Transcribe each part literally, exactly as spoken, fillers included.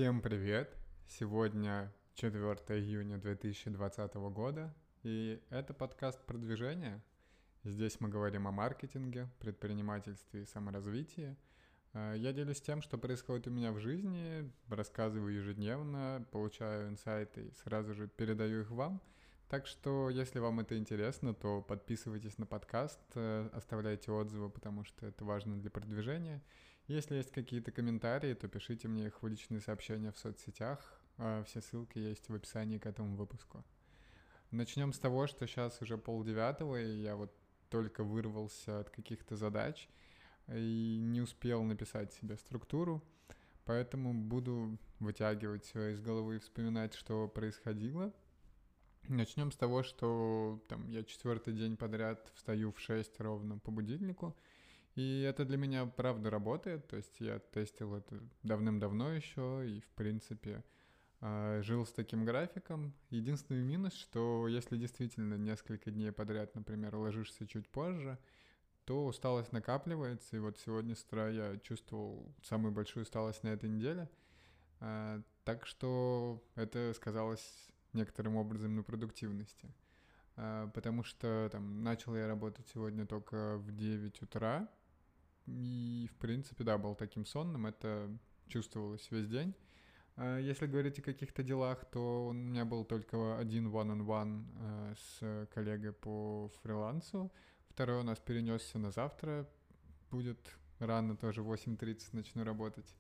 Всем привет! Сегодня четвёртое июня две тысячи двадцатого года, и это подкаст «Продвижение». Здесь мы говорим о маркетинге, предпринимательстве и саморазвитии. Э, Я делюсь тем, что происходит у меня в жизни, рассказываю ежедневно, получаю инсайты и сразу же передаю их вам. Так что, если вам это интересно, то подписывайтесь на подкаст, э, оставляйте отзывы, потому что это важно для продвижения. Если есть какие-то комментарии, то пишите мне их в личные сообщения в соцсетях. Э, Все ссылки есть в описании к этому выпуску. Начнем с того, что сейчас уже полдевятого, и я вот только вырвался от каких-то задач и не успел написать себе структуру, поэтому буду вытягивать всё из головы и вспоминать, что происходило. Начнем с того, что там я четвертый день подряд встаю в шесть ровно по будильнику, и это для меня правда работает, то есть я тестил это давным-давно еще, и в принципе а, жил с таким графиком. Единственный минус, что если действительно несколько дней подряд, например, ложишься чуть позже, то усталость накапливается, и вот сегодня с утра я чувствовал самую большую усталость на этой неделе. А, Так что это сказалось некоторым образом на продуктивности. А, Потому что там начал я работать сегодня только в девять утра, и в принципе, да, был таким сонным, это чувствовалось весь день. А Если говорить о каких-то делах, то у меня был только один one-on-one э, с коллегой по фрилансу. Второй у нас перенесся на завтра. Будет рано, тоже в восемь тридцать начну работать.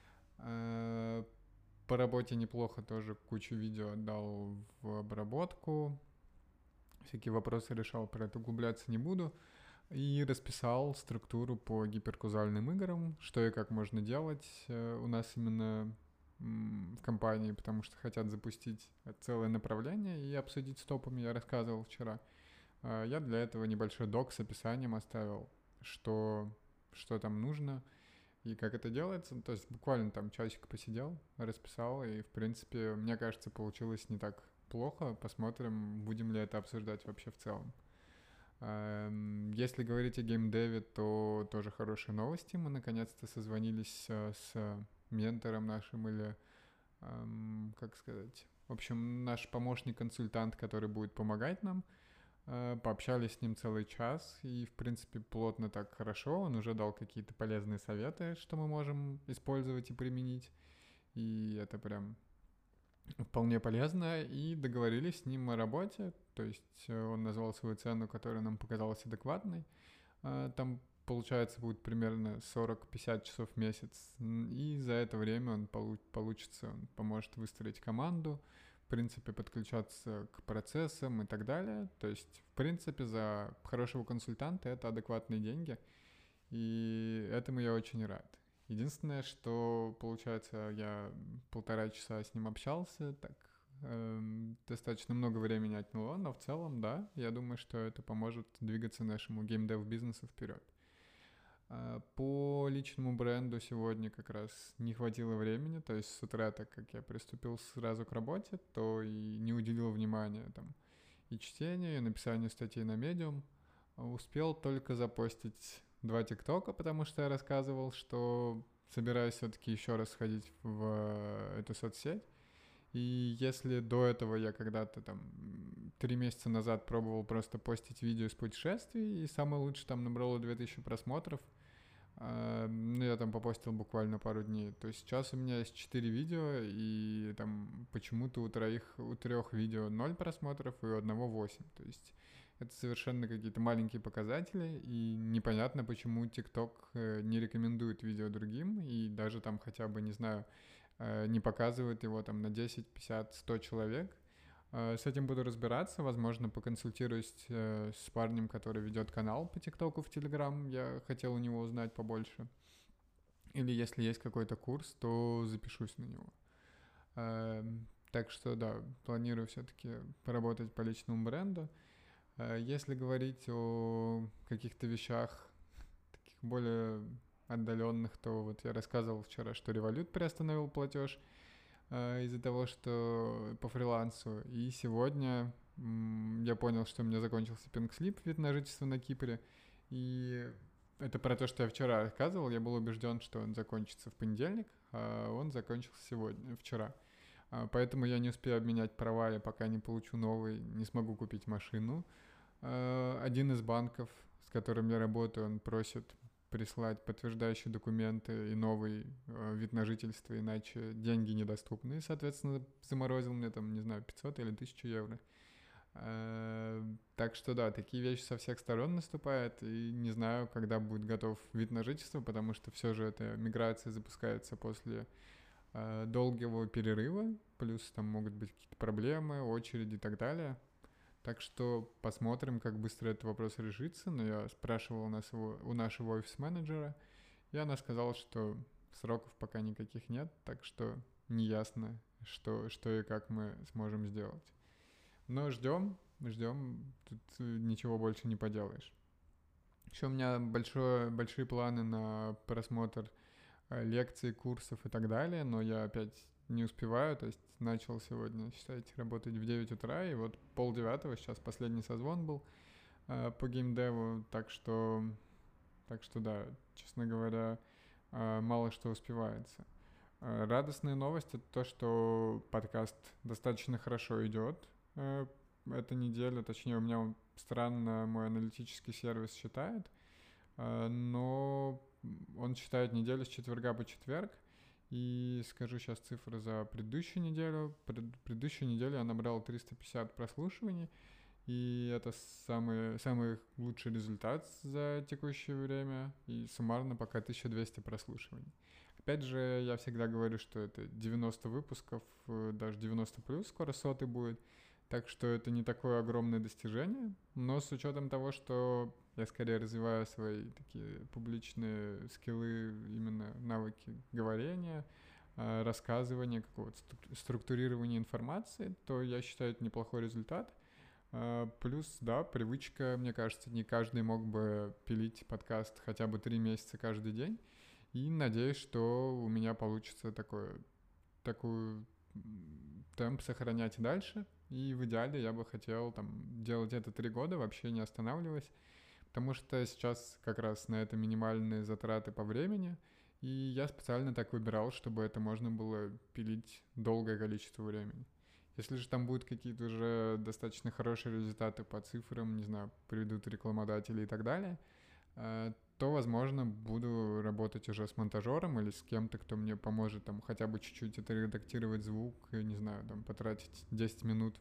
Э, По работе неплохо тоже кучу видео отдал в обработку. Всякие вопросы решал, про это углубляться не буду. И расписал структуру по гиперказуальным играм, что и как можно делать э, у нас именно м, в компании, потому что хотят запустить целое направление и обсудить с топами, я рассказывал вчера. А, Я для этого небольшой док с описанием оставил, что, что там нужно и как это делается. То есть буквально там часик посидел, расписал, и в принципе, мне кажется, получилось не так плохо. Посмотрим, будем ли это обсуждать вообще в целом. Эм, Если говорить о геймдеве, то тоже хорошие новости. Мы наконец-то созвонились э, с ментором нашим или, эм, как сказать, в общем, наш помощник-консультант, который будет помогать нам. Э, Пообщались с ним целый час, и, в принципе, плотно так хорошо. Он уже дал какие-то полезные советы, что мы можем использовать и применить. И это прям вполне полезно, и договорились с ним о работе, то есть э, он назвал свою цену, которая нам показалась адекватной. А, Там, получается, будет примерно сорок-пятьдесят часов в месяц, м, и за это время он полу- получится, он поможет выстроить команду, в принципе, подключаться к процессам и так далее. То есть, в принципе, за хорошего консультанта это адекватные деньги, и этому я очень рад. Единственное, что, получается, я полтора часа с ним общался, так эм, достаточно много времени отняло, но в целом, да, я думаю, что это поможет двигаться нашему геймдев-бизнесу вперед. А, По личному бренду сегодня как раз не хватило времени, то есть с утра, так как я приступил сразу к работе, то и не уделил внимания там и чтению, и написанию статей на Medium. А Успел только запостить два ТикТока, потому что я рассказывал, что собираюсь все-таки еще раз сходить в э, эту соцсеть. И если до этого я когда-то там м, три месяца назад пробовал просто постить видео из путешествий, и самое лучшее там набрало две тысячи просмотров, а, ну, я там попостил буквально пару дней. То есть сейчас у меня есть четыре видео, и там почему-то у троих, у трех видео ноль просмотров, и у одного восемь. То есть это совершенно какие-то маленькие показатели, и непонятно, почему TikTok э, не рекомендует видео другим, и даже там хотя бы, не знаю, э, не показывает его там на десять, пятьдесят, сто человек. Э, С этим буду разбираться, возможно, поконсультируюсь э, с парнем, который ведет канал по ТикТоку в Телеграм. Я хотел у него узнать побольше. Или если есть какой-то курс, то запишусь на него. Эм, Так что да, планирую все-таки поработать по личному бренду. Э, Если говорить о каких-то вещах таких более отдаленных, то вот я рассказывал вчера, что Revolut приостановил платеж э, из-за того, что по фрилансу. И сегодня м, я понял, что у меня закончился пинкслип, вид на жительство на Кипре. И это про то, что я вчера рассказывал. Я был убежден, что он закончится в понедельник, а он закончился сегодня, вчера. Поэтому я не успею обменять права, я пока не получу новый, не смогу купить машину. Один из банков, с которым я работаю, он просит прислать подтверждающие документы и новый вид на жительство, иначе деньги недоступны. И, соответственно, заморозил мне там, не знаю, пятьсот или тысячу евро. Так что да, такие вещи со всех сторон наступают, и не знаю, когда будет готов вид на жительство, потому что все же эта миграция запускается после э, долгого перерыва, плюс там могут быть какие-то проблемы, очереди и так далее. Так что посмотрим, как быстро этот вопрос решится, но я спрашивал у, нас его, у нашего офис-менеджера, и она сказала, что сроков пока никаких нет, так что неясно, что, что и как мы сможем сделать. Но ждем, ждем, тут ничего больше не поделаешь. Еще у меня большое, большие планы на просмотр лекций, курсов и так далее, но я опять не успеваю, то есть начал сегодня, считайте, работать в девять утра, и вот полдевятого сейчас последний созвон был э, по геймдеву, так что, так что да, честно говоря, э, мало что успевается. Э, радостная новость — это то, что подкаст достаточно хорошо идет э, эта неделя, точнее у меня он странно мой аналитический сервис считает, э, но он считает неделю с четверга по четверг. И скажу сейчас цифры за предыдущую неделю. Пред, предыдущую неделю я набрал триста пятьдесят прослушиваний, и это самый, самый лучший результат за текущее время, и суммарно пока тысяча двести прослушиваний. Опять же, я всегда говорю, что это девяносто выпусков, даже девяносто плюс, скоро сотый будет, так что это не такое огромное достижение, но с учетом того, что я скорее развиваю свои такие публичные скиллы, именно навыки говорения, рассказывания, какого-то структурирования информации, то я считаю это неплохой результат. Плюс, да, привычка, мне кажется, не каждый мог бы пилить подкаст хотя бы три месяца каждый день. И надеюсь, что у меня получится такой, такой темп сохранять и дальше. И в идеале я бы хотел там делать это три года, вообще не останавливаясь. Потому что сейчас как раз на это минимальные затраты по времени. И я специально так выбирал, чтобы это можно было пилить долгое количество времени. Если же там будут какие-то уже достаточно хорошие результаты по цифрам, не знаю, приведут рекламодатели и так далее, то, возможно, буду работать уже с монтажером или с кем-то, кто мне поможет там хотя бы чуть-чуть это редактировать звук, и, не знаю, там потратить десять минут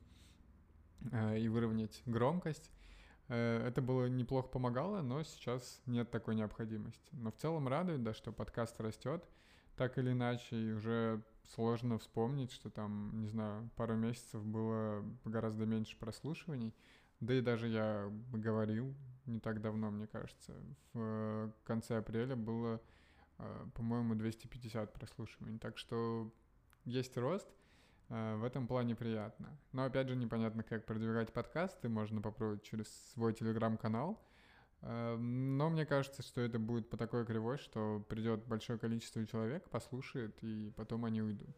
и выровнять громкость. Это было неплохо помогало, но сейчас нет такой необходимости. Но в целом радует, да, что подкаст растет так или иначе, и уже сложно вспомнить, что там, не знаю, пару месяцев было гораздо меньше прослушиваний. Да и даже я говорил не так давно, мне кажется, в конце апреля было, по-моему, двести пятьдесят прослушиваний. Так что есть рост, в этом плане приятно. Но опять же непонятно, как продвигать подкасты, можно попробовать через свой телеграм-канал. Но мне кажется, что это будет по такой кривой, что придет большое количество человек, послушает, и потом они уйдут.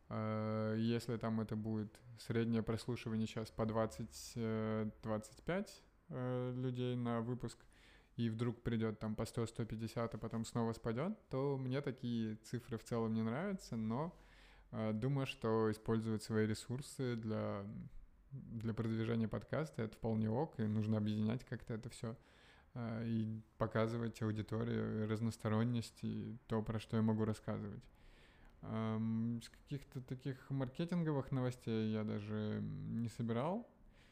Если там это будет среднее прослушивание сейчас по двадцать-двадцать пять людей на выпуск, и вдруг придет там по сто - сто пятьдесят, а потом снова спадет, то мне такие цифры в целом не нравятся, но думаю, что использовать свои ресурсы для, для продвижения подкаста — это вполне ок, и нужно объединять как-то это все и показывать аудитории разносторонность и то, про что я могу рассказывать. С каких-то таких маркетинговых новостей я даже не собирал,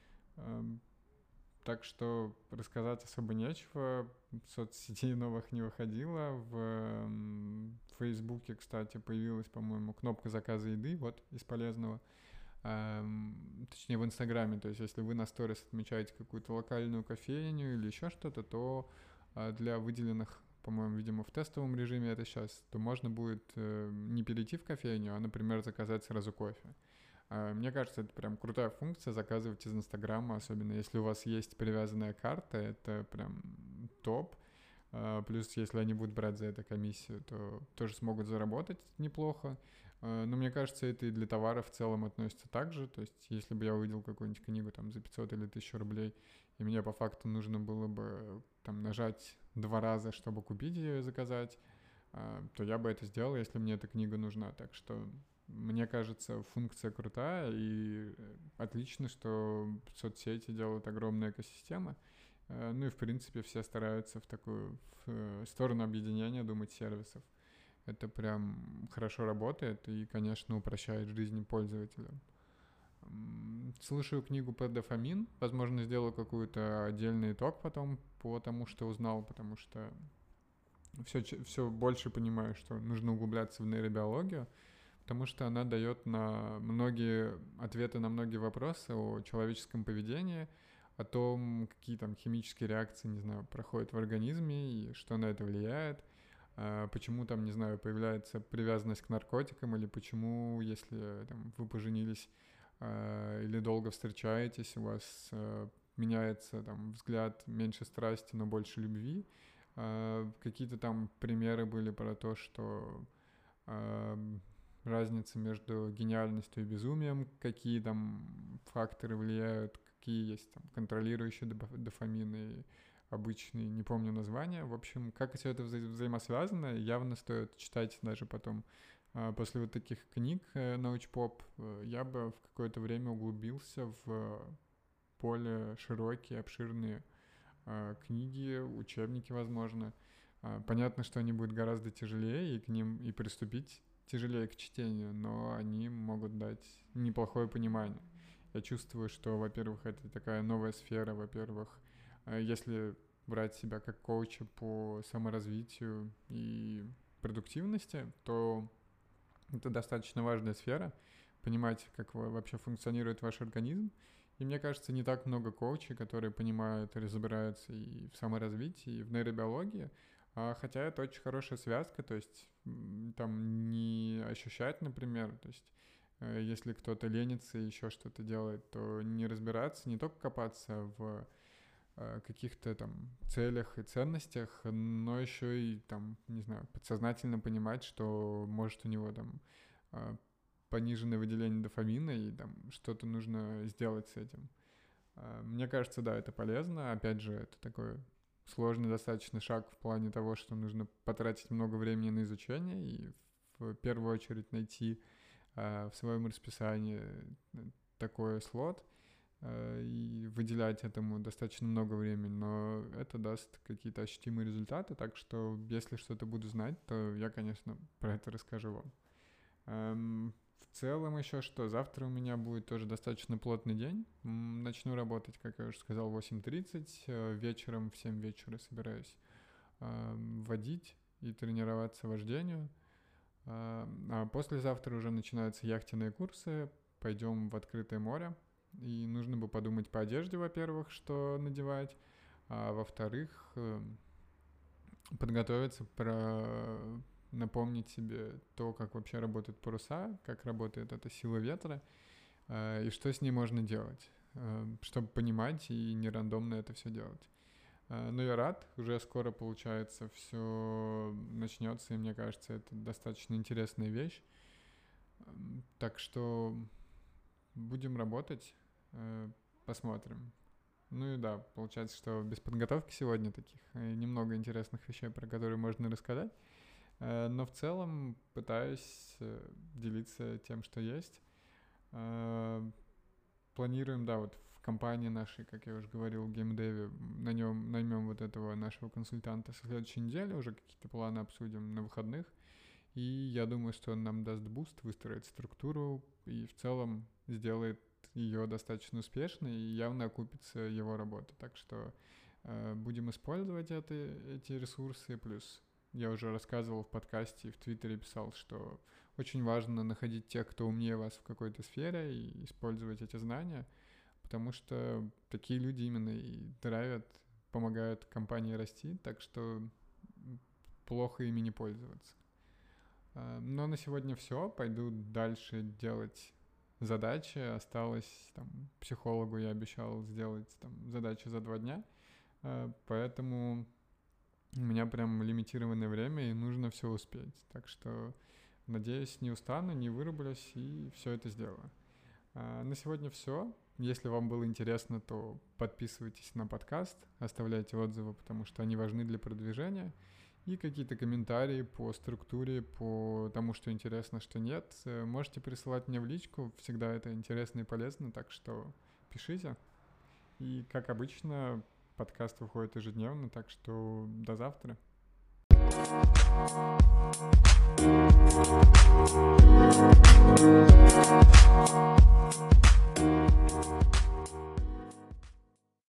так что рассказать особо нечего. В соцсетей новых не выходило. В Фейсбуке, кстати, появилась, по-моему, кнопка заказа еды, вот, из полезного. Точнее, в Инстаграме. То есть, если вы на сторис отмечаете какую-то локальную кофейню или еще что-то, то для выделенных, по-моему, видимо, в тестовом режиме это сейчас, то можно будет не перейти в кофейню, а, например, заказать сразу кофе. Мне кажется, это прям крутая функция — заказывать из Инстаграма, особенно если у вас есть привязанная карта, это прям топ. Плюс, если они будут брать за это комиссию, то тоже смогут заработать неплохо. Но мне кажется, это и для товаров в целом относится так же. То есть, если бы я увидел какую-нибудь книгу там за пятьсот или тысячу рублей, и мне по факту нужно было бы там нажать два раза, чтобы купить ее и заказать, то я бы это сделал, если мне эта книга нужна. Так что мне кажется, функция крутая, и отлично, что соцсети делают огромные экосистемы. Ну и, в принципе, все стараются в такую в сторону объединения думать сервисов. Это прям хорошо работает и, конечно, упрощает жизнь пользователя. Слушаю книгу про дофамин. Возможно, сделаю какой-то отдельный итог потом по тому, что узнал, потому что все, все больше понимаю, что нужно углубляться в нейробиологию, потому что она дает на многие ответы на многие вопросы о человеческом поведении, о том, какие там химические реакции, не знаю, проходят в организме и что на это влияет, почему там, не знаю, появляется привязанность к наркотикам, или почему, если там, вы поженились или долго встречаетесь, у вас меняется там взгляд, меньше страсти, но больше любви. Какие-то там примеры были про то, что разница между гениальностью и безумием, какие там факторы влияют, какие есть там контролирующие дофамины, обычные, не помню название. В общем, как все это вза- взаимосвязано, явно стоит читать даже потом. После вот таких книг научпоп я бы в какое-то время углубился в более широкие, обширные книги, учебники, возможно. Понятно, что они будут гораздо тяжелее, и к ним и приступить тяжелее к чтению, но они могут дать неплохое понимание. Я чувствую, что, во-первых, это такая новая сфера, во-первых, если брать себя как коуча по саморазвитию и продуктивности, то это достаточно важная сфера, понимать, как вообще функционирует ваш организм. И мне кажется, не так много коучей, которые понимают и разбираются и в саморазвитии, и в нейробиологии. А, хотя это очень хорошая связка, то есть там не ощущать, например, то есть если кто-то ленится и еще что-то делает, то не разбираться, не только копаться в каких-то там целях и ценностях, но еще и там, не знаю, подсознательно понимать, что может у него там пониженное выделение дофамина и там что-то нужно сделать с этим. Мне кажется, да, это полезно. Опять же, это такой сложный достаточно шаг в плане того, что нужно потратить много времени на изучение и в первую очередь найти в своем расписании такой слот и выделять этому достаточно много времени, но это даст какие-то ощутимые результаты, так что если что-то буду знать, то я, конечно, про это расскажу вам. В целом еще что, завтра у меня будет тоже достаточно плотный день, начну работать, как я уже сказал, в восемь тридцать, вечером в семь вечера собираюсь водить и тренироваться вождению, а послезавтра уже начинаются яхтенные курсы, пойдем в открытое море. И нужно бы подумать по одежде, во-первых, что надевать, а во-вторых, подготовиться, про... напомнить себе то, как вообще работают паруса, как работает эта сила ветра, и что с ней можно делать, чтобы понимать и не рандомно это все делать. Но я рад, уже скоро, получается, все начнется, и мне кажется, это достаточно интересная вещь. Так что будем работать. Посмотрим. Ну и да, получается, что без подготовки сегодня таких немного интересных вещей, про которые можно рассказать. Но в целом пытаюсь делиться тем, что есть. Планируем, да, вот в компании нашей, как я уже говорил, в геймдеве, на нем наймем вот этого нашего консультанта со следующей недели, уже какие-то планы обсудим на выходных. И я думаю, что он нам даст буст, выстроит структуру и в целом сделает ее достаточно успешной, и явно окупится его работа. Так что э, будем использовать это, эти ресурсы. Плюс я уже рассказывал в подкасте и в Твиттере писал, что очень важно находить тех, кто умнее вас в какой-то сфере, и использовать эти знания, потому что такие люди именно и драйвят, помогают компании расти, так что плохо ими не пользоваться. Но на сегодня все. Пойду дальше делать задачи. Осталось там психологу я обещал сделать там задачи за два дня. Поэтому у меня прям лимитированное время и нужно все успеть. Так что надеюсь, не устану, не вырублюсь и все это сделаю. На сегодня все. Если вам было интересно, то подписывайтесь на подкаст, оставляйте отзывы, потому что они важны для продвижения. И какие-то комментарии по структуре, по тому, что интересно, что нет, можете присылать мне в личку. Всегда это интересно и полезно, так что пишите. И, как обычно, подкаст выходит ежедневно, так что до завтра.